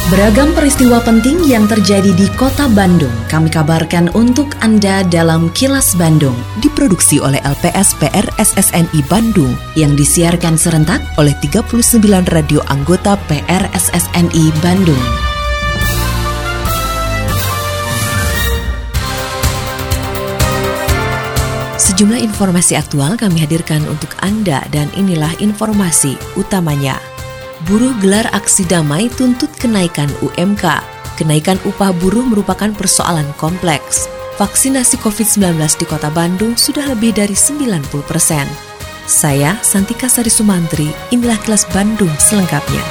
Beragam peristiwa penting yang terjadi di Kota Bandung kami kabarkan untuk Anda dalam Kilas Bandung. Diproduksi oleh LPS PRSSNI Bandung yang disiarkan serentak oleh 39 radio anggota PRSSNI Bandung. Sejumlah informasi aktual kami hadirkan untuk Anda dan inilah informasi utamanya. Buruh gelar aksi damai tuntut kenaikan UMK. Kenaikan upah buruh merupakan persoalan kompleks. Vaksinasi COVID-19 di Kota Bandung sudah lebih dari 90%. Saya, Santika Sari Sumantri, inilah Kilas Bandung selengkapnya.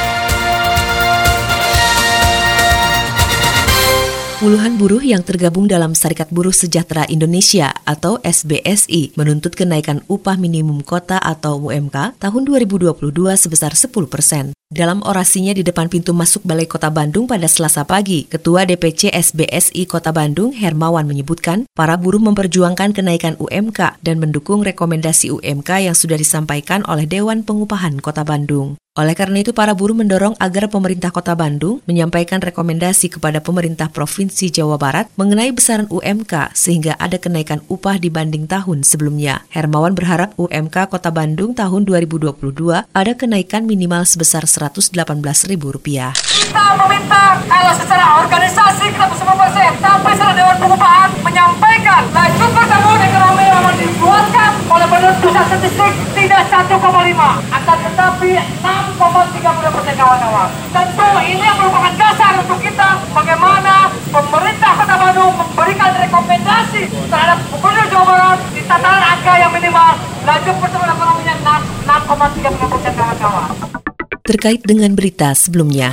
Puluhan buruh yang tergabung dalam Serikat Buruh Sejahtera Indonesia atau SBSI menuntut kenaikan upah minimum kota atau UMK tahun 2022 sebesar 10%. Dalam orasinya di depan pintu masuk Balai Kota Bandung pada Selasa pagi, Ketua DPC SBSI Kota Bandung Hermawan menyebutkan para buruh memperjuangkan kenaikan UMK dan mendukung rekomendasi UMK yang sudah disampaikan oleh Dewan Pengupahan Kota Bandung. Oleh karena itu, para buruh mendorong agar pemerintah Kota Bandung menyampaikan rekomendasi kepada pemerintah Provinsi Jawa Barat mengenai besaran UMK sehingga ada kenaikan upah dibanding tahun sebelumnya. Hermawan berharap UMK Kota Bandung tahun 2022 ada kenaikan minimal sebesar Rp118.000. Kita meminta kalau secara organisasi kita 10% sampai secara Dewan Pengupahan menyampaikan laju pertumbuhan ekonomi yang dibuatkan oleh Badan Pusat Statistik tidak 1,5 akan tetapi 6,30% kawan-kawan. Tentu ini yang merupakan dasar untuk kita bagaimana pemerintah Kota Bandung memberikan rekomendasi terhadap Gubernur Jawa Barat di tataran angka yang minimal laju pertumbuhan ekonominya 6,30% kawan-kawan. Terkait dengan berita sebelumnya,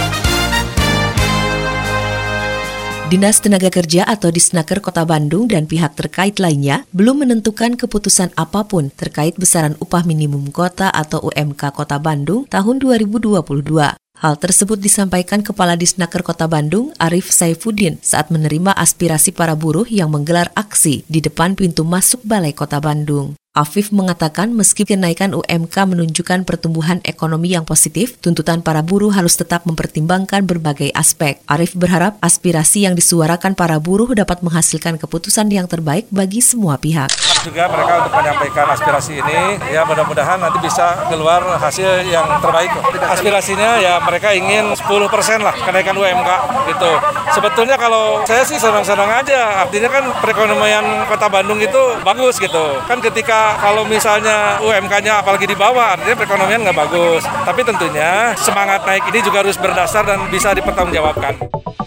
Dinas Tenaga Kerja atau Disnaker Kota Bandung dan pihak terkait lainnya belum menentukan keputusan apapun terkait besaran upah minimum kota atau UMK Kota Bandung tahun 2022. Hal tersebut disampaikan Kepala Disnaker Kota Bandung, Arif Saifuddin, saat menerima aspirasi para buruh yang menggelar aksi di depan pintu masuk Balai Kota Bandung. Afif mengatakan meski kenaikan UMK menunjukkan pertumbuhan ekonomi yang positif, tuntutan para buruh harus tetap mempertimbangkan berbagai aspek. Arif berharap aspirasi yang disuarakan para buruh dapat menghasilkan keputusan yang terbaik bagi semua pihak. Juga mereka untuk menyampaikan aspirasi ini, ya mudah-mudahan nanti bisa keluar hasil yang terbaik. Aspirasinya ya mereka ingin 10% lah kenaikan UMK gitu. Sebetulnya kalau saya sih senang-senang aja, artinya kan perekonomian Kota Bandung itu bagus gitu. Kan ketika kalau misalnya UMK-nya apalagi di bawah, artinya perekonomian nggak bagus. Tapi tentunya semangat naik ini juga harus berdasar dan bisa dipertanggungjawabkan.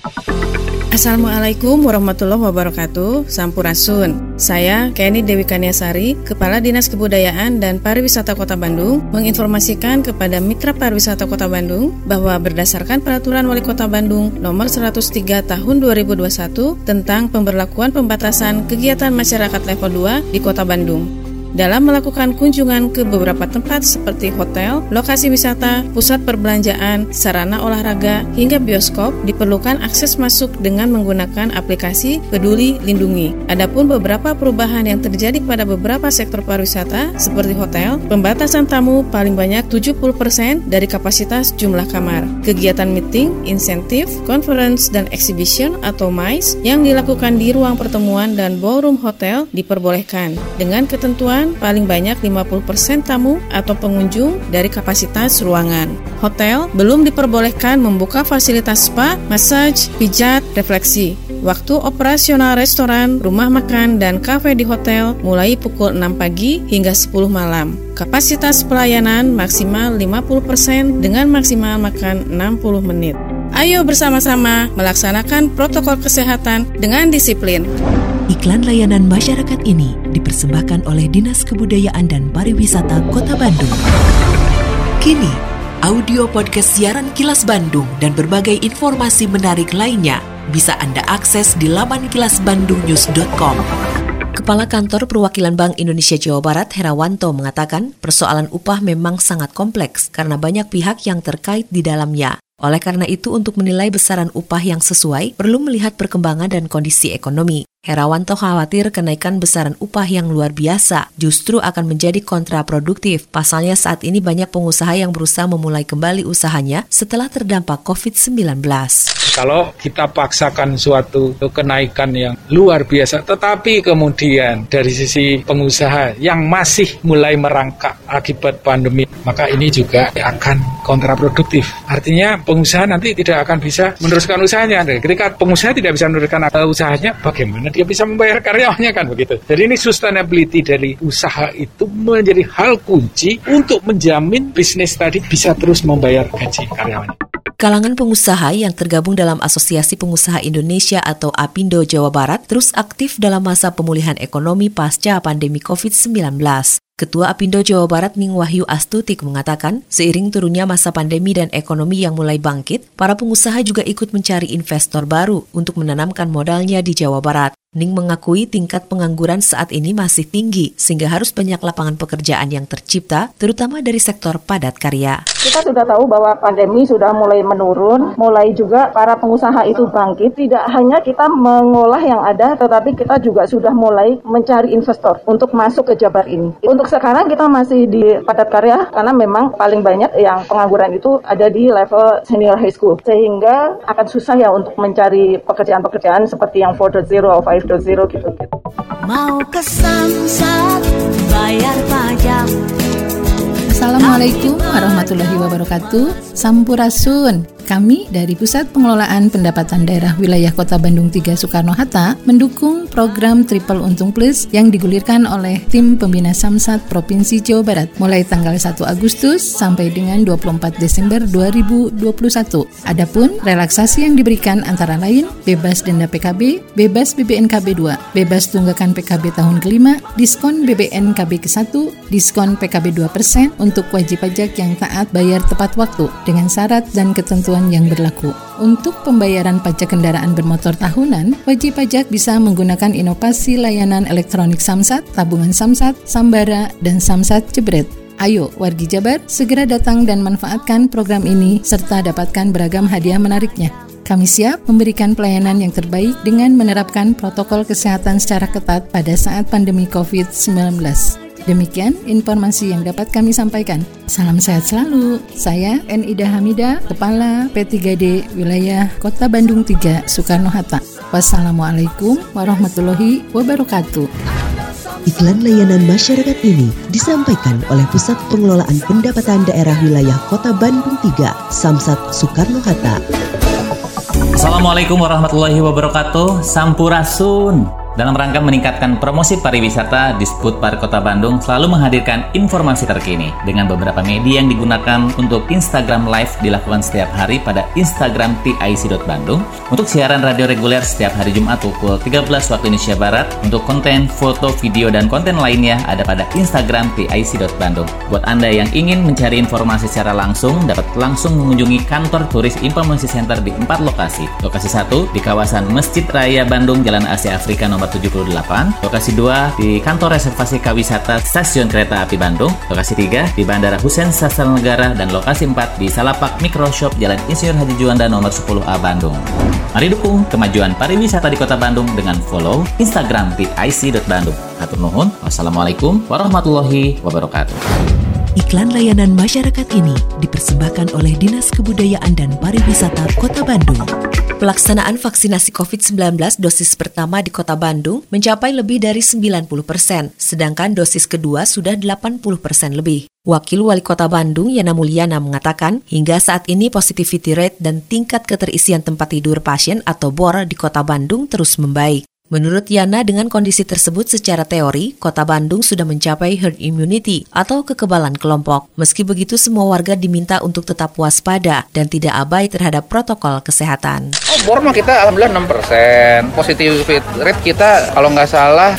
Assalamualaikum warahmatullahi wabarakatuh. Sampurasun. Saya Kenny Dewi Kaniasari, Kepala Dinas Kebudayaan dan Pariwisata Kota Bandung, menginformasikan kepada Mitra Pariwisata Kota Bandung bahwa berdasarkan Peraturan Wali Kota Bandung Nomor 103 Tahun 2021 tentang pemberlakuan pembatasan kegiatan masyarakat level 2 di Kota Bandung. Dalam melakukan kunjungan ke beberapa tempat seperti hotel, lokasi wisata, pusat perbelanjaan, sarana olahraga, hingga bioskop, diperlukan akses masuk dengan menggunakan aplikasi Peduli Lindungi. Adapun beberapa perubahan yang terjadi pada beberapa sektor pariwisata seperti hotel, pembatasan tamu paling banyak 70% dari kapasitas jumlah kamar. Kegiatan meeting, insentif, conference, dan exhibition atau MICE yang dilakukan di ruang pertemuan dan ballroom hotel diperbolehkan dengan ketentuan paling banyak 50% tamu atau pengunjung dari kapasitas ruangan. Hotel belum diperbolehkan membuka fasilitas spa, massage, pijat, refleksi. Waktu operasional restoran, rumah makan, dan kafe di hotel mulai pukul 6 pagi hingga 10 malam. Kapasitas pelayanan maksimal 50% dengan maksimal makan 60 menit. Ayo bersama-sama melaksanakan protokol kesehatan dengan disiplin. Iklan layanan masyarakat ini dipersembahkan oleh Dinas Kebudayaan dan Pariwisata Kota Bandung. Kini, audio podcast siaran Kilas Bandung dan berbagai informasi menarik lainnya bisa Anda akses di laman kilasbandungnews.com. Kepala Kantor Perwakilan Bank Indonesia Jawa Barat, Herawanto, mengatakan persoalan upah memang sangat kompleks karena banyak pihak yang terkait di dalamnya. Oleh karena itu, untuk menilai besaran upah yang sesuai, perlu melihat perkembangan dan kondisi ekonomi. Herawanto khawatir kenaikan besaran upah yang luar biasa justru akan menjadi kontraproduktif. Pasalnya saat ini banyak pengusaha yang berusaha memulai kembali usahanya setelah terdampak COVID-19. Kalau kita paksakan suatu kenaikan yang luar biasa, tetapi kemudian dari sisi pengusaha yang masih mulai merangkak akibat pandemi, maka ini juga akan kontraproduktif. Artinya pengusaha nanti tidak akan bisa meneruskan usahanya. Ketika pengusaha tidak bisa meneruskan usahanya, bagaimana dia bisa membayar karyawannya, kan begitu. Jadi ini sustainability dari usaha itu menjadi hal kunci untuk menjamin bisnis tadi bisa terus membayar gaji karyawannya. Kalangan pengusaha yang tergabung dalam Asosiasi Pengusaha Indonesia atau APindo Jawa Barat terus aktif dalam masa pemulihan ekonomi pasca pandemi COVID-19. Ketua APindo Jawa Barat Ning Wahyu Astutik mengatakan, seiring turunnya masa pandemi dan ekonomi yang mulai bangkit, para pengusaha juga ikut mencari investor baru untuk menanamkan modalnya di Jawa Barat. Ning mengakui tingkat pengangguran saat ini masih tinggi, sehingga harus banyak lapangan pekerjaan yang tercipta, terutama dari sektor padat karya. Kita sudah tahu bahwa pandemi sudah mulai menurun, mulai juga para pengusaha itu bangkit. Tidak hanya kita mengolah yang ada, tetapi kita juga sudah mulai mencari investor untuk masuk ke Jabar ini. Untuk sekarang kita masih di padat karya, karena memang paling banyak yang pengangguran itu ada di level senior high school. Sehingga akan susah ya untuk mencari pekerjaan-pekerjaan seperti yang 4.0 atau 5.0 gitu. Mau ke Samsat bayar pajak. Assalamualaikum warahmatullahi wabarakatuh. Sampurasun. Kami dari Pusat Pengelolaan Pendapatan Daerah Wilayah Kota Bandung 3 Soekarno-Hatta mendukung program Triple Untung Plus yang digulirkan oleh Tim Pembina Samsat Provinsi Jawa Barat mulai tanggal 1 Agustus sampai dengan 24 Desember 2021. Adapun relaksasi yang diberikan antara lain bebas denda PKB, bebas BBNKB 2, bebas tunggakan PKB tahun kelima, diskon BBNKB ke-1, diskon PKB 2% untuk wajib pajak yang taat bayar tepat waktu dengan syarat dan ketentuan yang berlaku. Untuk pembayaran pajak kendaraan bermotor tahunan, wajib pajak bisa menggunakan inovasi layanan elektronik Samsat, tabungan Samsat, Sambara, dan Samsat Jebret. Ayo, wargi Jabar, segera datang dan manfaatkan program ini serta dapatkan beragam hadiah menariknya. Kami siap memberikan pelayanan yang terbaik dengan menerapkan protokol kesehatan secara ketat pada saat pandemi COVID-19. Demikian informasi yang dapat kami sampaikan. Salam sehat selalu. Saya Nida Hamida, Kepala P3D Wilayah Kota Bandung 3 Soekarno-Hatta. Wassalamualaikum warahmatullahi wabarakatuh. Iklan layanan masyarakat ini disampaikan oleh Pusat Pengelolaan Pendapatan Daerah Wilayah Kota Bandung 3 Samsat Soekarno-Hatta. Assalamualaikum warahmatullahi wabarakatuh. Sampurasun. Dalam rangka meningkatkan promosi pariwisata, Disputpar Kota Bandung selalu menghadirkan informasi terkini dengan beberapa media yang digunakan untuk Instagram Live dilakukan setiap hari pada Instagram TIC.Bandung. Untuk siaran radio reguler setiap hari Jumat pukul 13 waktu Indonesia Barat. Untuk konten, foto, video, dan konten lainnya ada pada Instagram TIC.Bandung. Buat Anda yang ingin mencari informasi secara langsung, dapat langsung mengunjungi kantor Turis Informasi Center di 4 lokasi. Lokasi 1 di kawasan Masjid Raya Bandung, Jalan Asia Afrika nomor 78, lokasi 2 di kantor reservasi Kawisata Stasiun Kereta Api Bandung, lokasi 3 di Bandara Husein Sastra Negara, dan lokasi 4 di Salapak Microshop Jalan Insinyur Haji Juanda nomor 10A Bandung. Mari dukung kemajuan pariwisata di Kota Bandung dengan follow Instagram @ic.bandung. Hatur nuhun. Wassalamualaikum warahmatullahi wabarakatuh. Iklan layanan masyarakat ini dipersembahkan oleh Dinas Kebudayaan dan Pariwisata Kota Bandung. Pelaksanaan vaksinasi COVID-19 dosis pertama di Kota Bandung mencapai lebih dari 90%, sedangkan dosis kedua sudah 80% lebih. Wakil Wali Kota Bandung, Yana Mulyana, mengatakan hingga saat ini positivity rate dan tingkat keterisian tempat tidur pasien atau BOR di Kota Bandung terus membaik. Menurut Yana, dengan kondisi tersebut secara teori, Kota Bandung sudah mencapai herd immunity atau kekebalan kelompok. Meski begitu, semua warga diminta untuk tetap waspada dan tidak abai terhadap protokol kesehatan. BOR mah kita alhamdulillah 6%. Positivity rate kita kalau nggak salah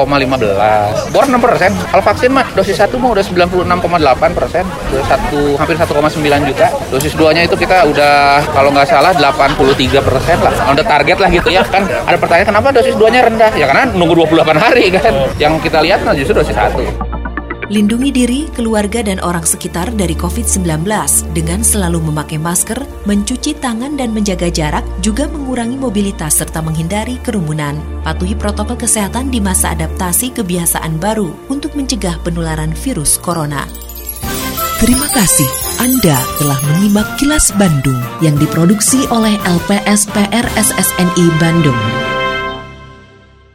0,15. BOR 6%. Kalau vaksin mah dosis 1 mah udah 96,8%. Udah hampir 1,9 juta. Dosis 2-nya itu kita udah kalau nggak salah 83% lah. Udah target lah gitu ya. Kan ada pertanyaan kenapa dosis 2-nya rendah? Ya karena nunggu 28 hari kan. Yang kita lihat justru dosis 1. Lindungi diri, keluarga, dan orang sekitar dari COVID-19 dengan selalu memakai masker, mencuci tangan dan menjaga jarak, juga mengurangi mobilitas serta menghindari kerumunan. Patuhi protokol kesehatan di masa adaptasi kebiasaan baru untuk mencegah penularan virus corona. Terima kasih Anda telah menyimak Kilas Bandung yang diproduksi oleh LPSPR SSNI Bandung.